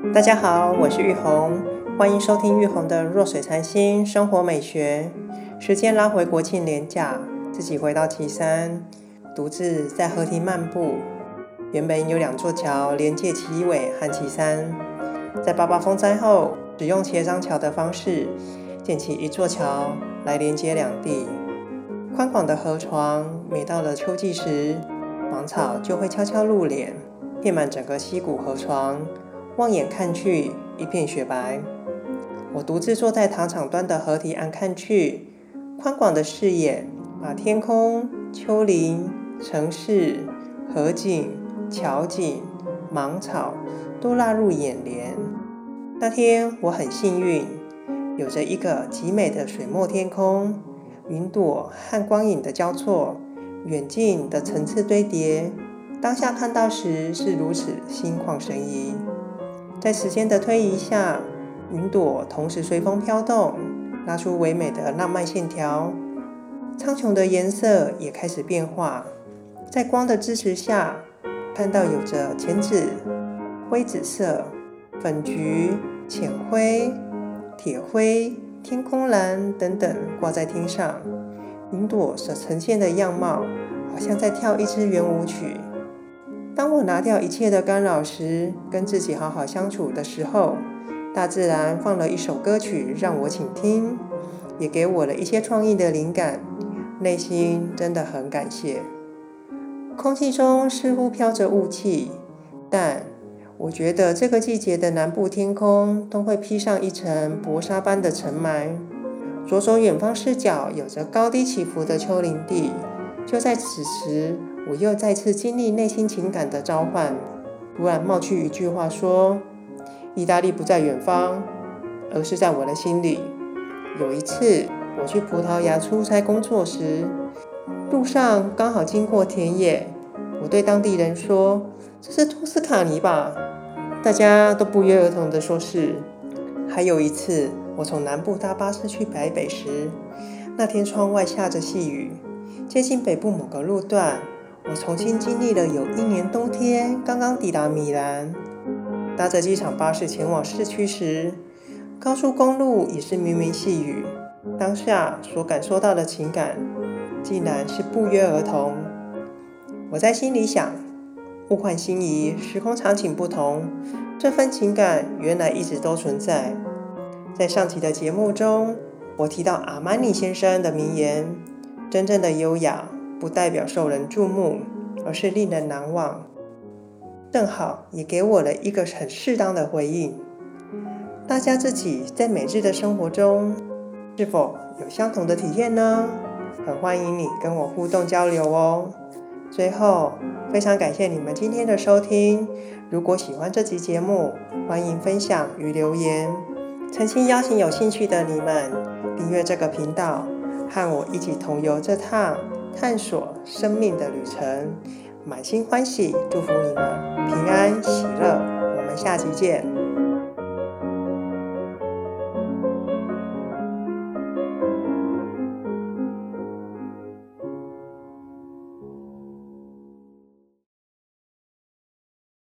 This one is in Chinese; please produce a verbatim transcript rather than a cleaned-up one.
大家好，我是玉红，欢迎收听玉红的弱水禅心生活美学。时间拉回国庆连假，自己回到旗山，独自在河堤漫步。原本有两座桥连接旗尾和旗山，在八八风灾后，使用协商桥的方式，建起一座桥来连接两地。宽广的河床，每到了秋季时，芒草就会悄悄露脸，遍满整个溪谷河床。望眼看去，一片雪白。我独自坐在糖厂端的河堤岸看去，宽广的视野把天空、丘陵、城市、河景、桥景、芒草都纳入眼帘。那天我很幸运，有着一个极美的水墨天空，云朵和光影的交错，远近的层次堆叠。当下看到时是如此心旷神怡。在时间的推移下，云朵同时随风飘动，拉出唯美的浪漫线条。苍穹的颜色也开始变化，在光的支持下，看到有着浅紫、灰紫色、粉橘、浅灰、铁灰、天空蓝等等挂在天上。云朵所呈现的样貌，好像在跳一支圆舞曲。当我拿掉一切的干扰时，跟自己好好相处的时候，大自然放了一首歌曲让我倾听，也给我了一些创意的灵感，内心真的很感谢。空气中似乎飘着雾气，但我觉得这个季节的南部天空都会披上一层薄纱般的尘霾。左手远方视角有着高低起伏的丘陵地，就在此时，我又再次经历内心情感的召唤，突然冒去一句话说：意大利不在远方，而是在我的心里。有一次我去葡萄牙出差工作时，路上刚好经过田野，我对当地人说：这是托斯卡尼吧？大家都不约而同地说是。还有一次我从南部搭巴士去台北时，那天窗外下着细雨，接近北部某个路段，我重新经历了有一年冬天刚刚抵达米兰。搭着机场巴士前往市区时，高速公路也是绵绵细雨，当下所感受到的情感竟然是不约而同。我在心里想，物换星移，时空场景不同，这份情感原来一直都存在。在上期的节目中，我提到阿玛尼先生的名言：真正的优雅不代表受人注目，而是令人难忘。正好也给我了一个很适当的回应。大家自己在每日的生活中是否有相同的体验呢？很欢迎你跟我互动交流哦。最后，非常感谢你们今天的收听。如果喜欢这集节目，欢迎分享与留言。诚心邀请有兴趣的你们订阅这个频道，和我一起同游这趟探索生命的旅程。满心欢喜，祝福你们平安喜乐。我们下期见。